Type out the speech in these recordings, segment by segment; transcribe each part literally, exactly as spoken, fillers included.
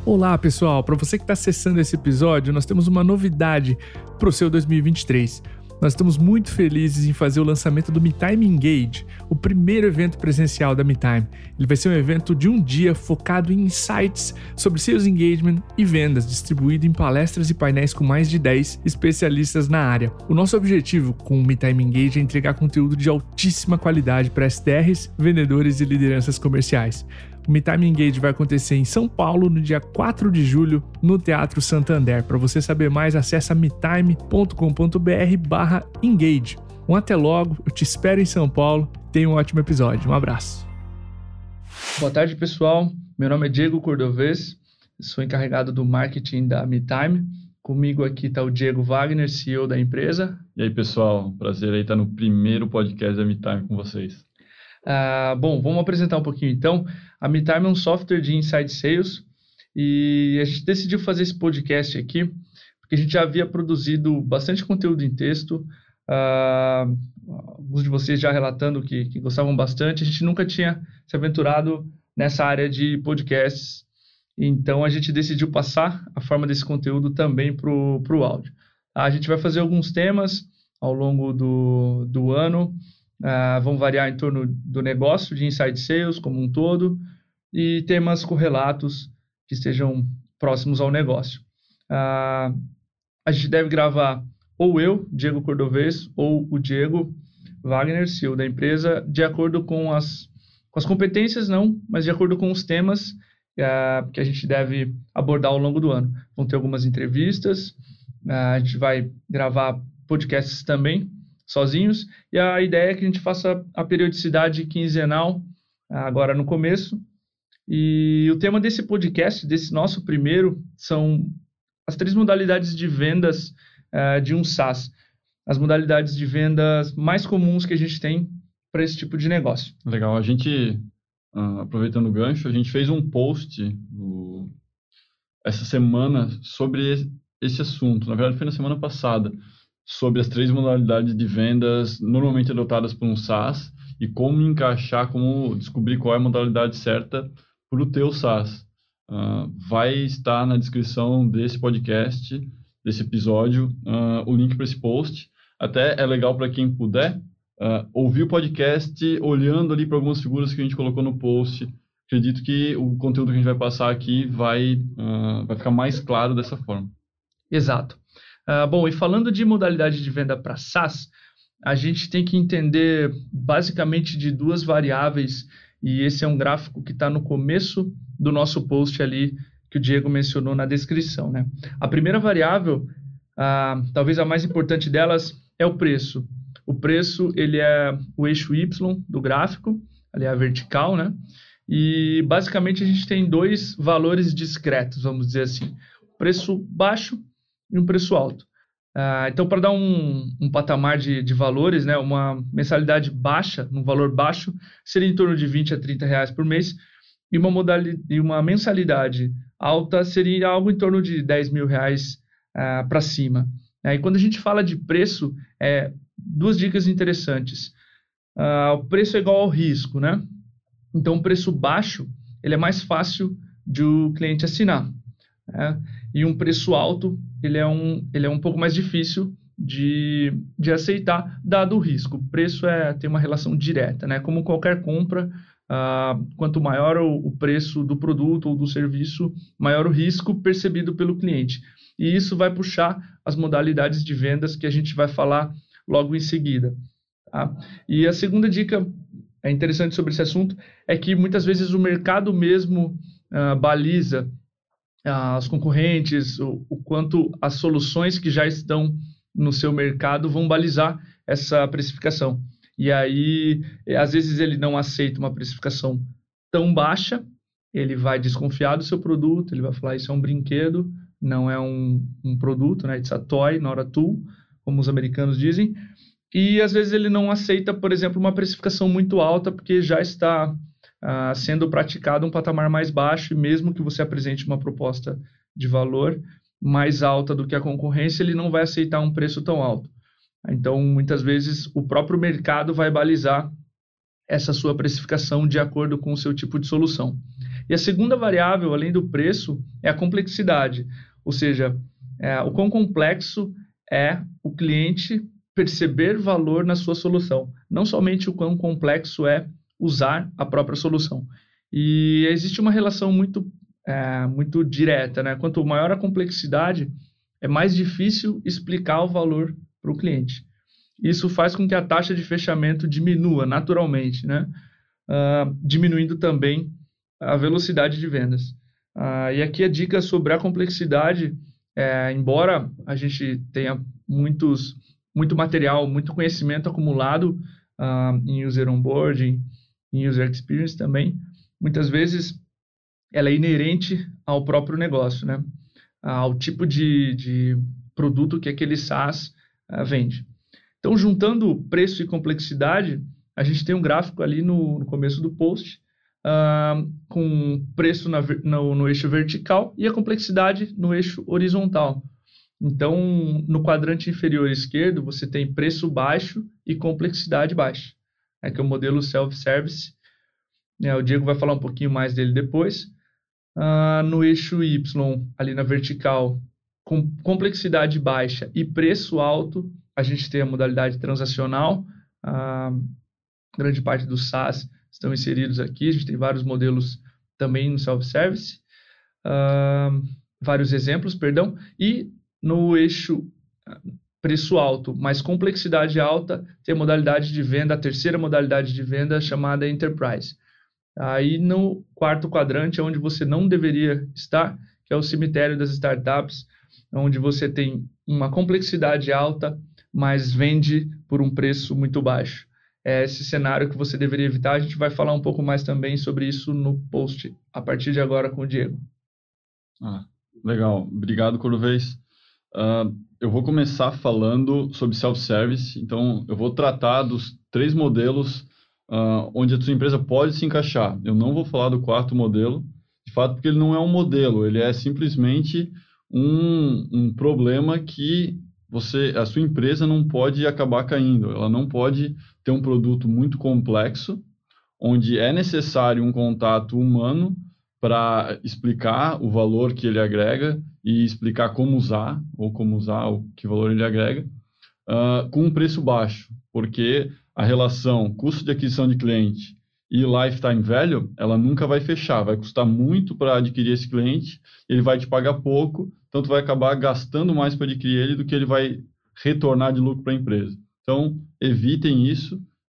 Olá pessoal, para você que está acessando esse episódio, nós temos uma novidade para o seu dois mil e vinte e três. Nós estamos muito felizes em fazer o lançamento do MeTime Engage, o primeiro evento presencial da MeTime. Ele vai ser um evento de um dia focado em insights sobre Sales Engagement e vendas, distribuído em palestras e painéis com mais de dez especialistas na área. O nosso objetivo com o MeTime Engage é entregar conteúdo de altíssima qualidade para S D Rs, vendedores e lideranças comerciais. O MeTime Engage vai acontecer em São Paulo no dia quatro de julho, no Teatro Santander. Para você saber mais, acessa metime ponto com ponto br barra engage. Um até logo, eu te espero em São Paulo. Tenha um ótimo episódio. Um abraço. Boa tarde, pessoal. Meu nome é Diego Cordovez, sou encarregado do marketing da MeTime. Comigo aqui está o Diego Wagner, C E O da empresa. E aí, pessoal, prazer aí estar no primeiro podcast da MeTime com vocês. Ah, bom, vamos apresentar um pouquinho então. A MeTime é um software de Inside Sales e a gente decidiu fazer esse podcast aqui porque a gente já havia produzido bastante conteúdo em texto, ah, alguns de vocês já relatando que, que gostavam bastante. A gente nunca tinha se aventurado nessa área de podcasts, então a gente decidiu passar a forma desse conteúdo também para o áudio. A gente vai fazer alguns temas ao longo do, do ano. Uh, vão variar em torno do negócio de Inside Sales como um todo e temas correlatos que estejam próximos ao negócio. Uh, a gente deve gravar ou eu, Diego Cordovez, ou o Diego Wagner, C E O da empresa, de acordo com as, com as competências, não, mas de acordo com os temas uh, que a gente deve abordar ao longo do ano. Vão ter algumas entrevistas, uh, a gente vai gravar podcasts também, sozinhos, e a ideia é que a gente faça a periodicidade quinzenal agora no começo, e o tema desse podcast, desse nosso primeiro, são as três modalidades de vendas uh, de um SaaS, as modalidades de vendas mais comuns que a gente tem para esse tipo de negócio. Legal, a gente, uh, aproveitando o gancho, a gente fez um post uh, essa semana sobre esse assunto, na verdade foi na semana passada, sobre as três modalidades de vendas normalmente adotadas por um SaaS e como encaixar, como descobrir qual é a modalidade certa para o teu SaaS. Uh, vai estar na descrição desse podcast, desse episódio, uh, o link para esse post. Até é legal para quem puder uh, ouvir o podcast olhando ali para algumas figuras que a gente colocou no post. Acredito que o conteúdo que a gente vai passar aqui vai, uh, vai ficar mais claro dessa forma. Exato. Uh, bom, e falando de modalidade de venda para SaaS, a gente tem que entender basicamente de duas variáveis, e esse é um gráfico que está no começo do nosso post ali, que o Diego mencionou na descrição, né? A primeira variável, uh, talvez a mais importante delas, é o preço. O preço, ele é o eixo Y do gráfico, ali é a vertical, né? E basicamente a gente tem dois valores discretos, vamos dizer assim. Preço baixo e um preço alto. Uh, então, para dar um, um patamar de, de valores, né, uma mensalidade baixa, um valor baixo, seria em torno de vinte a trinta reais por mês, e uma, modalidade, e uma mensalidade alta seria algo em torno de dez mil reais uh, para cima. Uh, e quando a gente fala de preço, é, duas dicas interessantes. Uh, o preço é igual ao risco, né? Então, o preço baixo ele é mais fácil de o cliente assinar. Né? E um preço alto ele é um, ele é um pouco mais difícil de, de aceitar, dado o risco. O preço é, tem uma relação direta, né? Como qualquer compra, uh, quanto maior o, o preço do produto ou do serviço, maior o risco percebido pelo cliente. E isso vai puxar as modalidades de vendas que a gente vai falar logo em seguida. Tá? E a segunda dica é interessante sobre esse assunto é que muitas vezes o mercado mesmo uh, baliza as concorrentes, o, o quanto as soluções que já estão no seu mercado vão balizar essa precificação. E aí, às vezes ele não aceita uma precificação tão baixa, ele vai desconfiar do seu produto, ele vai falar, isso é um brinquedo, não é um, um produto, né? It's a toy, not a tool, como os americanos dizem. E às vezes ele não aceita, por exemplo, uma precificação muito alta, porque já está Uh, sendo praticado um patamar mais baixo, e mesmo que você apresente uma proposta de valor mais alta do que a concorrência, ele não vai aceitar um preço tão alto. Então, muitas vezes, o próprio mercado vai balizar essa sua precificação de acordo com o seu tipo de solução. E a segunda variável, além do preço, é a complexidade, ou seja, é, o quão complexo é o cliente perceber valor na sua solução, não somente o quão complexo é usar a própria solução. E existe uma relação muito, é, muito direta, né? Quanto maior a complexidade, é mais difícil explicar o valor para o cliente. Isso faz com que a taxa de fechamento diminua naturalmente, né? Uh, diminuindo também a velocidade de vendas. Uh, e aqui a dica sobre a complexidade, é, embora a gente tenha muitos, muito material, muito conhecimento acumulado uh, em user onboarding, em user experience também, muitas vezes ela é inerente ao próprio negócio, né? Ao tipo de, de produto que aquele SaaS uh, vende. Então, juntando preço e complexidade, a gente tem um gráfico ali no, no começo do post, uh, com preço na, no, no eixo vertical e a complexidade no eixo horizontal. Então, no quadrante inferior esquerdo, você tem preço baixo e complexidade baixa, né, que é o modelo self-service. É, o Diego vai falar um pouquinho mais dele depois. Uh, no eixo Y, ali na vertical, com complexidade baixa e preço alto, a gente tem a modalidade transacional. A grande parte dos SaaS estão inseridos aqui. A gente tem vários modelos também no self-service. Uh, vários exemplos, perdão. E no eixo preço alto, mas complexidade alta, tem a modalidade de venda, a terceira modalidade de venda chamada Enterprise. Aí no quarto quadrante é onde você não deveria estar, que é o cemitério das startups, onde você tem uma complexidade alta, mas vende por um preço muito baixo. É esse cenário que você deveria evitar. A gente vai falar um pouco mais também sobre isso no post, a partir de agora com o Diego. Ah, legal. Obrigado, Cordovez. Uh, eu vou começar falando sobre self-service. Então, eu vou tratar dos três modelos uh, onde a sua empresa pode se encaixar. Eu não vou falar do quarto modelo, de fato, porque ele não é um modelo, ele é simplesmente um, um problema que você, a sua empresa não pode acabar caindo. Ela não pode ter um produto muito complexo, onde é necessário um contato humano para explicar o valor que ele agrega e explicar como usar, ou como usar, o que valor ele agrega, uh, com um preço baixo, porque a relação custo de aquisição de cliente e lifetime value, ela nunca vai fechar, vai custar muito para adquirir esse cliente, ele vai te pagar pouco, então tu vai acabar gastando mais para adquirir ele do que ele vai retornar de lucro para a empresa. Então, evitem isso,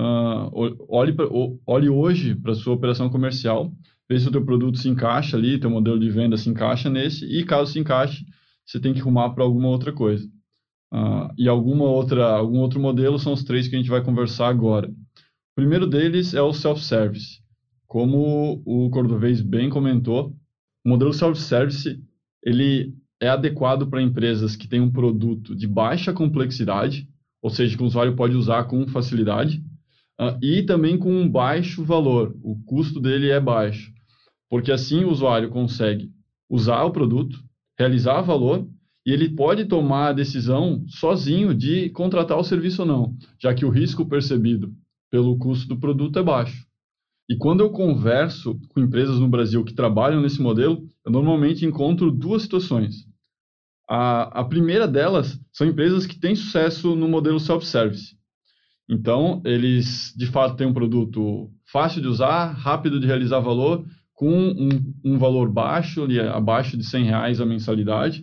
uh, olhe, pra, olhe hoje para a sua operação comercial, vê se o teu produto se encaixa ali, teu modelo de venda se encaixa nesse, e caso se encaixe, você tem que arrumar para alguma outra coisa. Uh, e alguma outra, algum outro modelo são os três que a gente vai conversar agora. O primeiro deles é o self-service. Como o Cordovez bem comentou, o modelo self-service ele é adequado para empresas que têm um produto de baixa complexidade, ou seja, que o usuário pode usar com facilidade, uh, e também com um baixo valor. O custo dele é baixo, porque assim o usuário consegue usar o produto, realizar valor, e ele pode tomar a decisão sozinho de contratar o serviço ou não, já que o risco percebido pelo custo do produto é baixo. E quando eu converso com empresas no Brasil que trabalham nesse modelo, eu normalmente encontro duas situações. A, a primeira delas são empresas que têm sucesso no modelo self-service. Então, eles, de fato, têm um produto fácil de usar, rápido de realizar valor, com um, um valor baixo, ali, abaixo de cem reais a mensalidade,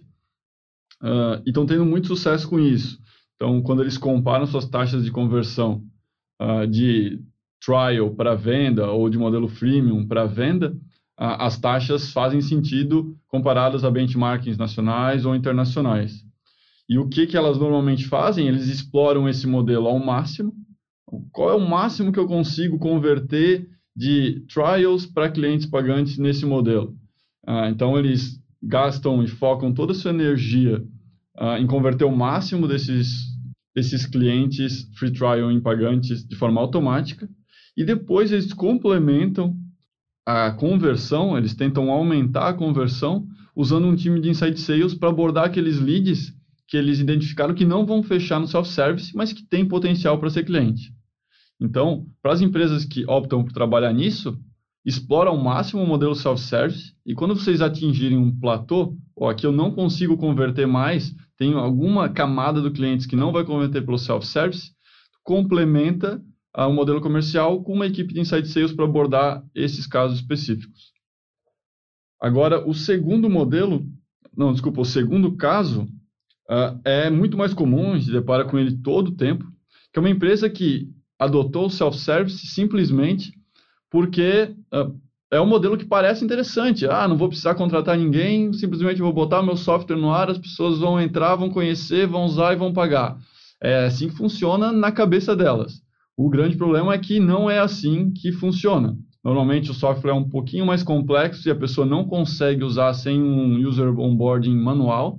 uh, e estão tendo muito sucesso com isso. Então, quando eles comparam suas taxas de conversão uh, de trial para venda ou de modelo freemium para venda, uh, as taxas fazem sentido comparadas a benchmarkings nacionais ou internacionais. E o que, que elas normalmente fazem? Eles exploram esse modelo ao máximo. Qual é o máximo que eu consigo converter de trials para clientes pagantes nesse modelo? Uh, então, eles gastam e focam toda a sua energia uh, em converter o máximo desses, desses clientes free trial em pagantes de forma automática. E depois eles complementam a conversão, eles tentam aumentar a conversão usando um time de inside sales para abordar aqueles leads que eles identificaram que não vão fechar no self-service, mas que tem potencial para ser cliente. Então, para as empresas que optam por trabalhar nisso, explora ao máximo o modelo self-service, e quando vocês atingirem um platô, ou aqui eu não consigo converter mais, tenho alguma camada do cliente que não vai converter pelo self-service, complementa o modelo comercial com uma equipe de Inside Sales para abordar esses casos específicos. Agora, o segundo modelo, não, desculpa, o segundo caso uh, é muito mais comum, a gente depara com ele todo o tempo, que é uma empresa que adotou o self-service simplesmente porque uh, é um modelo que parece interessante. Ah, não vou precisar contratar ninguém, simplesmente vou botar meu software no ar, as pessoas vão entrar, vão conhecer, vão usar e vão pagar. É assim que funciona na cabeça delas. O grande problema é que não é assim que funciona. Normalmente o software é um pouquinho mais complexo e a pessoa não consegue usar sem um user onboarding manual,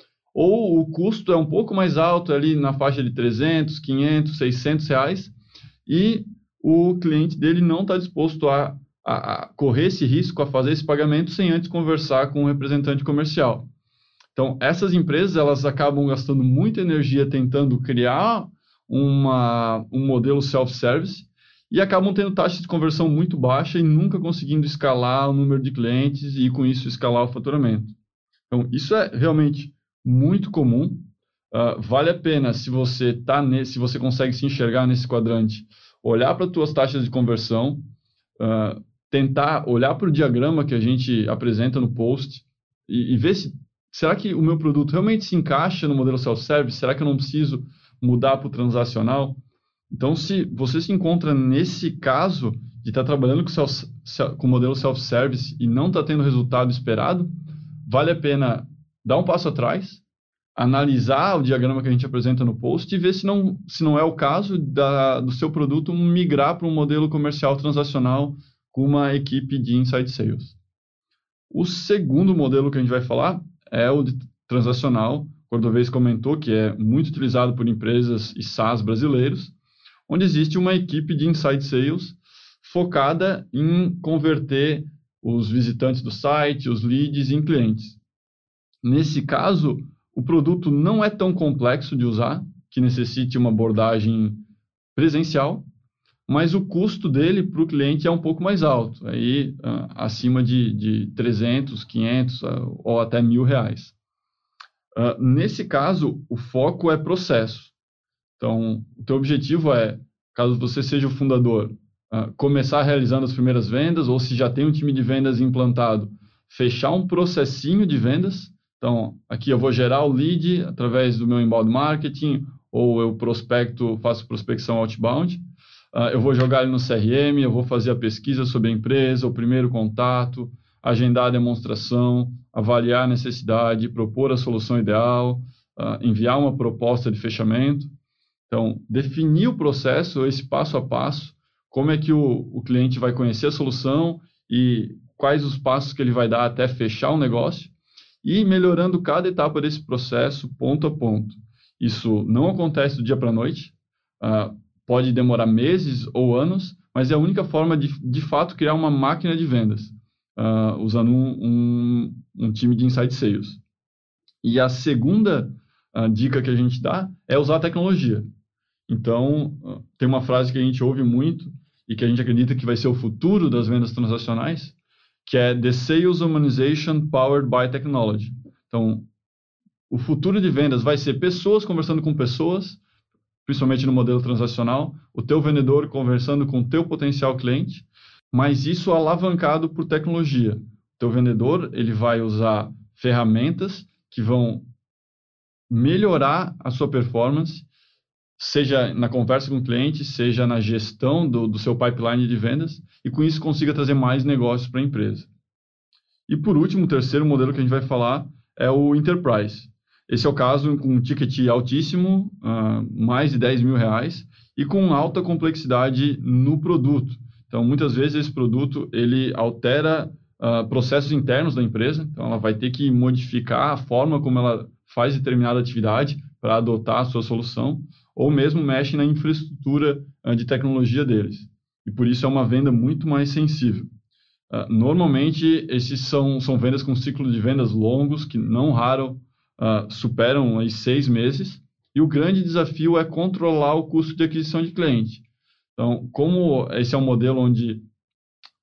ou o custo é um pouco mais alto, ali na faixa de trezentos, quinhentos, seiscentos reais, e o cliente dele não está disposto a, a, a correr esse risco, a fazer esse pagamento sem antes conversar com o representante comercial. Então, essas empresas elas acabam gastando muita energia tentando criar uma, um modelo self-service e acabam tendo taxas de conversão muito baixa e nunca conseguindo escalar o número de clientes e, com isso, escalar o faturamento. Então, isso é realmente muito comum. Uh, vale a pena, se você tá nesse, se você consegue se enxergar nesse quadrante, olhar para as suas taxas de conversão, uh, tentar olhar para o diagrama que a gente apresenta no post e, e ver se será que o meu produto realmente se encaixa no modelo self-service? Será que eu não preciso mudar para o transacional? Então, se você se encontra nesse caso de estar tá trabalhando com, self, com o modelo self-service e não está tendo o resultado esperado, vale a pena dar um passo atrás, analisar o diagrama que a gente apresenta no post e ver se não, se não é o caso da, do seu produto migrar para um modelo comercial transacional com uma equipe de Inside Sales. O segundo modelo que a gente vai falar é o de transacional. O Cordovez comentou que é muito utilizado por empresas e SaaS brasileiros, onde existe uma equipe de Inside Sales focada em converter os visitantes do site, os leads em clientes. Nesse caso, o produto não é tão complexo de usar, que necessite uma abordagem presencial, mas o custo dele para o cliente é um pouco mais alto, aí uh, acima de, de trezentos, quinhentos uh, ou até mil reais. Uh, nesse caso, o foco é processo. Então, o teu objetivo é, caso você seja o fundador, uh, começar realizando as primeiras vendas, ou se já tem um time de vendas implantado, fechar um processinho de vendas. Então, aqui eu vou gerar o lead através do meu inbound marketing, ou eu prospecto, faço prospecção outbound. Uh, eu vou jogar ele no C R M, eu vou fazer a pesquisa sobre a empresa, o primeiro contato, agendar a demonstração, avaliar a necessidade, propor a solução ideal, uh, enviar uma proposta de fechamento. Então, definir o processo, esse passo a passo, como é que o, o cliente vai conhecer a solução e quais os passos que ele vai dar até fechar o negócio, e melhorando cada etapa desse processo, ponto a ponto. Isso não acontece do dia para a noite, uh, pode demorar meses ou anos, mas é a única forma de, de fato, criar uma máquina de vendas, uh, usando um, um, um time de Inside Sales. E a segunda uh, dica que a gente dá é usar a tecnologia. Então, uh, tem uma frase que a gente ouve muito e que a gente acredita que vai ser o futuro das vendas transacionais, que é The Sales Humanization Powered by Technology. Então, o futuro de vendas vai ser pessoas conversando com pessoas, principalmente no modelo transacional, o teu vendedor conversando com o teu potencial cliente, mas isso alavancado por tecnologia. O teu vendedor ele vai usar ferramentas que vão melhorar a sua performance, seja na conversa com o cliente, seja na gestão do, do seu pipeline de vendas, e com isso consiga trazer mais negócios para a empresa. E por último, o terceiro modelo que a gente vai falar é o Enterprise. Esse é o caso com um ticket altíssimo, uh, mais de dez mil reais, e com alta complexidade no produto. Então, muitas vezes esse produto ele altera uh, processos internos da empresa, então ela vai ter que modificar a forma como ela faz determinada atividade para adotar a sua solução, ou mesmo mexe na infraestrutura uh, de tecnologia deles. E por isso é uma venda muito mais sensível. Uh, normalmente, esses são, são vendas com ciclo de vendas longos, que não raro uh, superam aí, seis meses, e o grande desafio é controlar o custo de aquisição de cliente. Então, como esse é um modelo onde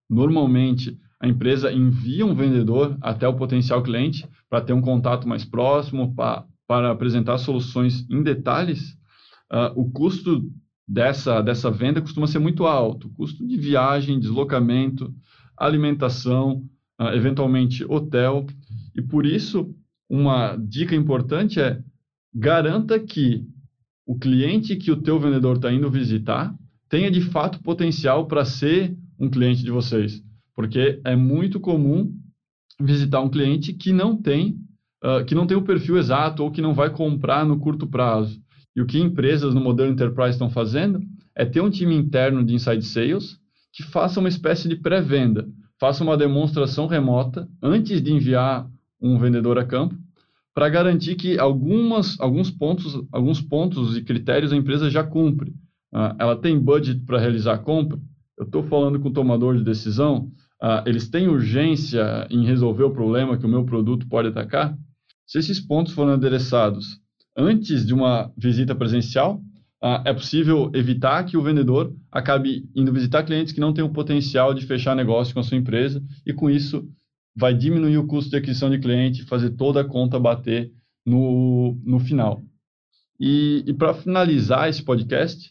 Normalmente, a empresa envia um vendedor até o potencial cliente para ter um contato mais próximo, para, para apresentar soluções em detalhes. Uh, o custo dessa, dessa venda costuma ser muito alto. Custo de viagem, deslocamento, alimentação, uh, eventualmente hotel. E por isso, uma dica importante é garanta que o cliente que o teu vendedor está indo visitar tenha de fato potencial para ser um cliente de vocês. Porque é muito comum visitar um cliente que não tem, uh, que não tem o perfil exato ou que não vai comprar no curto prazo. E o que empresas no modelo Enterprise estão fazendo é ter um time interno de Inside Sales que faça uma espécie de pré-venda, faça uma demonstração remota antes de enviar um vendedor a campo, para garantir que algumas, alguns, pontos, alguns pontos e critérios a empresa já cumpre. Uh, ela tem budget para realizar a compra? Eu estou falando com o tomador de decisão? Uh, eles têm urgência em resolver o problema que o meu produto pode atacar? Se esses pontos forem endereçados antes de uma visita presencial, uh, é possível evitar que o vendedor acabe indo visitar clientes que não têm o potencial de fechar negócio com a sua empresa e, com isso, vai diminuir o custo de aquisição de cliente e fazer toda a conta bater no, no final. E, e para finalizar esse podcast,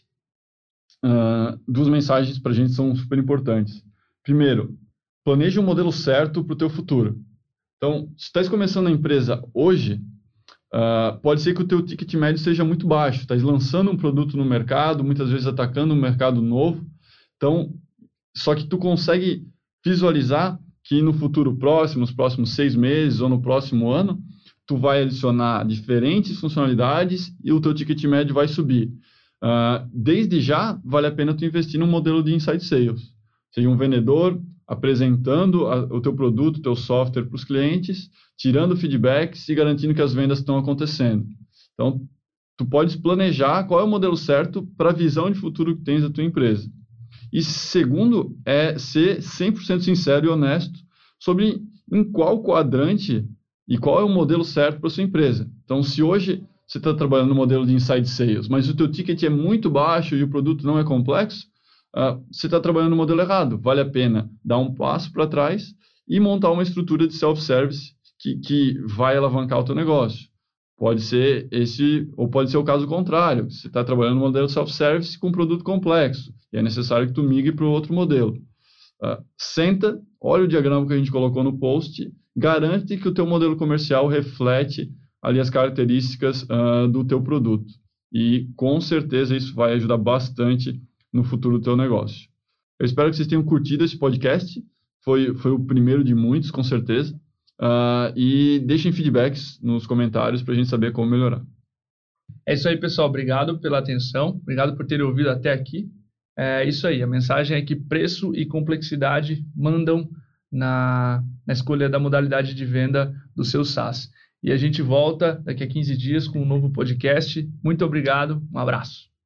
uh, duas mensagens para a gente são super importantes. Primeiro, planeje um modelo certo para o teu futuro. Então, se estás começando a empresa hoje, uh, pode ser que o teu ticket médio seja muito baixo. Estás lançando um produto no mercado, muitas vezes atacando um mercado novo. Então, só que tu consegue visualizar que no futuro próximo, nos próximos seis meses ou no próximo ano, tu vai adicionar diferentes funcionalidades e o teu ticket médio vai subir. Uh, desde já, vale a pena tu investir num modelo de Inside Sales. Seja um vendedor apresentando a, o teu produto, o teu software para os clientes, tirando feedbacks e garantindo que as vendas estão acontecendo. Então, tu podes planejar qual é o modelo certo para a visão de futuro que tens da tua empresa. E segundo, é ser cem por cento sincero e honesto sobre em qual quadrante e qual é o modelo certo para a sua empresa. Então, se hoje você está trabalhando no modelo de Inside Sales, mas o teu ticket é muito baixo e o produto não é complexo, uh, você está trabalhando no modelo errado. Vale a pena dar um passo para trás e montar uma estrutura de self-service que, que vai alavancar o teu negócio. Pode ser esse, ou pode ser o caso contrário. Você está trabalhando no modelo self-service com um produto complexo e é necessário que tu migre para o outro modelo. Uh, senta, olha o diagrama que a gente colocou no post, garante que o teu modelo comercial reflete ali as características uh, do teu produto. E com certeza isso vai ajudar bastante no futuro do teu negócio. Eu espero que vocês tenham curtido esse podcast. Foi, foi o primeiro de muitos, com certeza. Uh, e deixem feedbacks nos comentários para a gente saber como melhorar. É isso aí, pessoal. Obrigado pela atenção. Obrigado por terem ouvido até aqui. É isso aí. A mensagem é que preço e complexidade mandam na, na escolha da modalidade de venda do seu SaaS. E a gente volta daqui a quinze dias com um novo podcast. Muito obrigado. Um abraço.